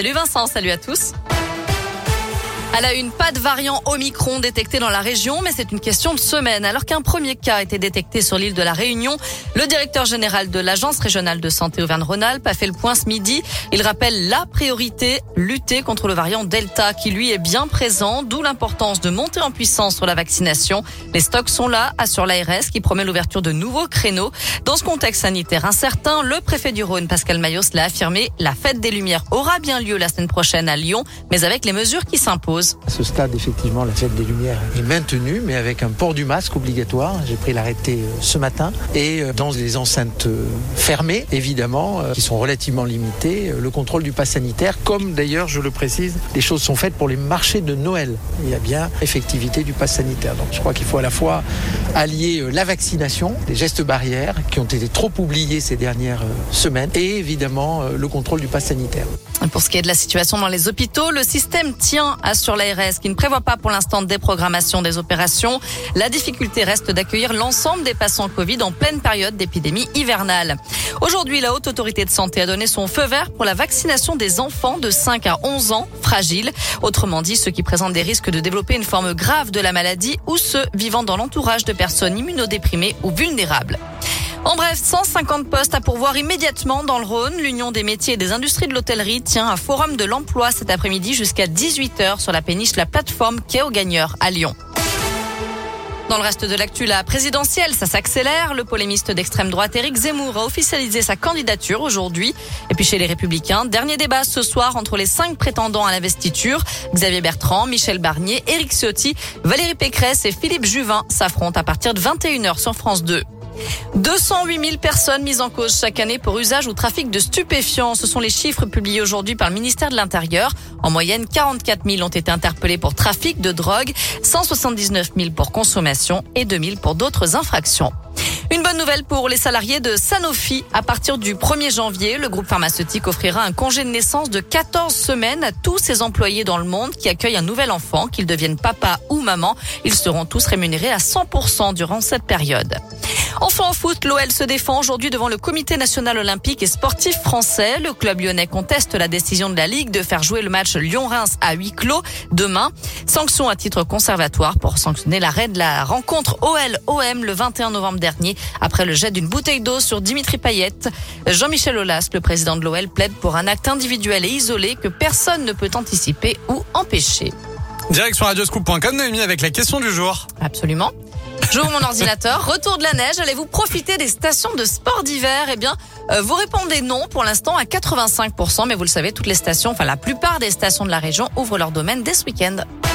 Salut Vincent, salut à tous. À la une, pas de variant Omicron détecté dans la région, mais c'est une question de semaine. Alors qu'un premier cas a été détecté sur l'île de la Réunion, le directeur général de l'Agence régionale de santé Auvergne-Rhône-Alpes a fait le point ce midi. Il rappelle la priorité, lutter contre le variant Delta qui lui est bien présent, d'où l'importance de monter en puissance sur la vaccination. Les stocks sont là, assure l'ARS qui promet l'ouverture de nouveaux créneaux. Dans ce contexte sanitaire incertain, le préfet du Rhône, Pascal Mayos, l'a affirmé, la fête des Lumières aura bien lieu la semaine prochaine à Lyon, mais avec les mesures qui s'imposent. À ce stade, effectivement, la fête des Lumières est maintenue, mais avec un port du masque obligatoire. J'ai pris l'arrêté ce matin. Et dans les enceintes fermées, évidemment, qui sont relativement limitées, le contrôle du pass sanitaire, comme d'ailleurs, je le précise, les choses sont faites pour les marchés de Noël. Il y a bien effectivité du pass sanitaire. Donc je crois qu'il faut à la fois allier la vaccination, les gestes barrières qui ont été trop oubliés ces dernières semaines, et évidemment le contrôle du pass sanitaire. Pour ce qui est de la situation dans les hôpitaux, le système tient, assure l'ARS, qui ne prévoit pas pour l'instant de déprogrammation des opérations. La difficulté reste d'accueillir l'ensemble des patients Covid en pleine période d'épidémie hivernale. Aujourd'hui, la Haute Autorité de Santé a donné son feu vert pour la vaccination des enfants de 5 à 11 ans fragiles. Autrement dit, ceux qui présentent des risques de développer une forme grave de la maladie ou ceux vivant dans l'entourage de personnes immunodéprimées ou vulnérables. En bref, 150 postes à pourvoir immédiatement dans le Rhône. L'Union des métiers et des industries de l'hôtellerie tient un forum de l'emploi cet après-midi jusqu'à 18h sur la péniche La Plateforme quai aux Gagneurs à Lyon. Dans le reste de l'actu, la présidentielle, ça s'accélère. Le polémiste d'extrême droite Éric Zemmour a officialisé sa candidature aujourd'hui. Et puis chez les Républicains, dernier débat ce soir entre les 5 prétendants à l'investiture. Xavier Bertrand, Michel Barnier, Éric Ciotti, Valérie Pécresse et Philippe Juvin s'affrontent à partir de 21h sur France 2. 208 000 personnes mises en cause chaque année pour usage ou trafic de stupéfiants. Ce sont les chiffres publiés aujourd'hui par le ministère de l'Intérieur. En moyenne, 44 000 ont été interpellés pour trafic de drogue, 179 000 pour consommation et 2 000 pour d'autres infractions. Une bonne nouvelle pour les salariés de Sanofi. À partir du 1er janvier, le groupe pharmaceutique offrira un congé de naissance de 14 semaines à tous ses employés dans le monde qui accueillent un nouvel enfant, qu'ils deviennent papa ou maman. Ils seront tous rémunérés à 100% durant cette période. Enfin en foot, l'OL se défend aujourd'hui devant le Comité national olympique et sportif français. Le club lyonnais conteste la décision de la Ligue de faire jouer le match Lyon-Reims à huis clos demain. Sanction à titre conservatoire pour sanctionner l'arrêt de la rencontre OL-OM le 21 novembre dernier après le jet d'une bouteille d'eau sur Dimitri Payet. Jean-Michel Aulas, le président de l'OL, plaide pour un acte individuel et isolé que personne ne peut anticiper ou empêcher. Direction radioscoop.com, Noémie, avec la question du jour. Absolument. J'ouvre mon ordinateur, retour de la neige, allez-vous profiter des stations de sport d'hiver? Eh bien, vous répondez non pour l'instant à 85%, mais vous le savez, toutes les stations, enfin la plupart des stations de la région ouvrent leur domaine dès ce week-end.